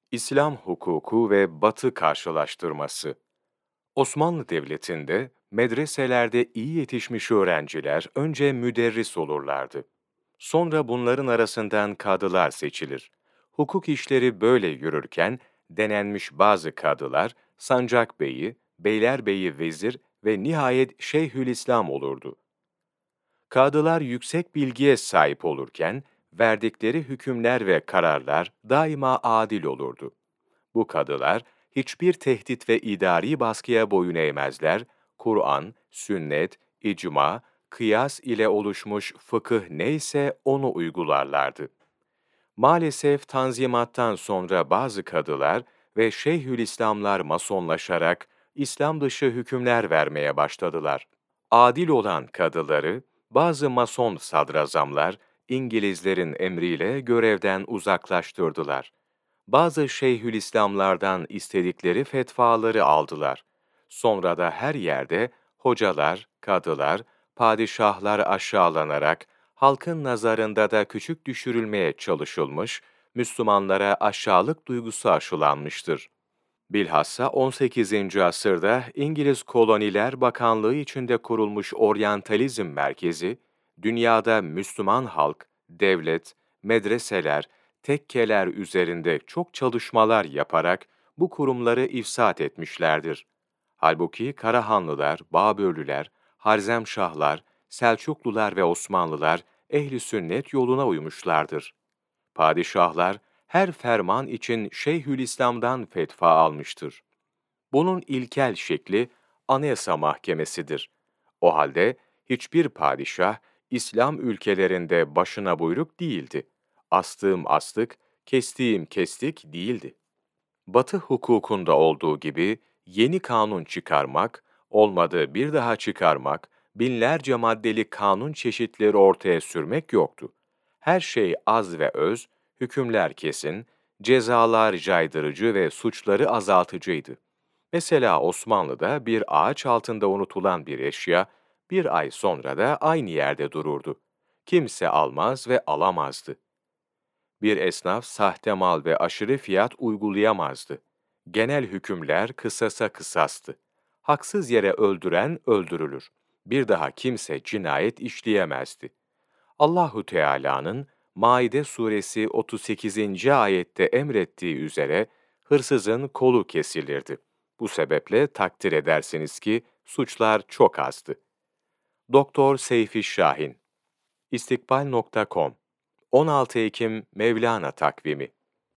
İslam hukuku ve Batı karşılaştırması. Osmanlı Devleti'nde medreselerde iyi yetişmiş öğrenciler önce müderris olurlardı. Sonra bunların arasından kadılar seçilir. Hukuk işleri böyle yürürken denenmiş bazı kadılar sancakbeyi, beylerbeyi vezir ve nihayet Şeyhülislam olurdu. Kadılar yüksek bilgiye sahip olurken verdikleri hükümler ve kararlar daima adil olurdu. Bu kadılar hiçbir tehdit ve idari baskıya boyun eğmezler, Kur'an, sünnet, icma, kıyas ile oluşmuş fıkıh neyse onu uygularlardı. Maalesef Tanzimat'tan sonra bazı kadılar ve Şeyhülislamlar masonlaşarak İslam dışı hükümler vermeye başladılar. Adil olan kadıları bazı mason sadrazamlar İngilizlerin emriyle görevden uzaklaştırdılar. Bazı Şeyhülislamlardan istedikleri fetvaları aldılar. Sonra da her yerde hocalar, kadılar, padişahlar aşağılanarak halkın nazarında da küçük düşürülmeye çalışılmış, Müslümanlara aşağılık duygusu aşılanmıştır. Bilhassa 18. asırda İngiliz Koloniler Bakanlığı içinde kurulmuş Oryantalizm Merkezi, dünyada Müslüman halk, devlet, medreseler, tekkeler üzerinde çok çalışmalar yaparak bu kurumları ifsad etmişlerdir. Halbuki Karahanlılar, Babürlüler, Harzemşahlar, Selçuklular ve Osmanlılar ehli sünnet yoluna uymuşlardır. Padişahlar her ferman için Şeyhülislam'dan fetva almıştır. Bunun ilkel şekli Anayasa Mahkemesi'dir. O halde hiçbir padişah İslam ülkelerinde başına buyruk değildi. Astığım astık, kestiğim kestik değildi. Batı hukukunda olduğu gibi yeni kanun çıkarmak, olmadı bir daha çıkarmak, binlerce maddeli kanun çeşitleri ortaya sürmek yoktu. Her şey az ve öz, hükümler kesin, cezalar caydırıcı ve suçları azaltıcıydı. Mesela Osmanlı'da bir ağaç altında unutulan bir eşya, bir ay sonra da aynı yerde dururdu. Kimse almaz ve alamazdı. Bir esnaf sahte mal ve aşırı fiyat uygulayamazdı. Genel hükümler kısasa kısastı. Haksız yere öldüren öldürülür. Bir daha kimse cinayet işleyemezdi. Allahu Teala'nın Maide suresi 38. ayette emrettiği üzere hırsızın kolu kesilirdi. Bu sebeple takdir edersiniz ki suçlar çok azdı. Doktor Seyfi Şahin, İstikbal.com, 16 Ekim Mevlana Takvimi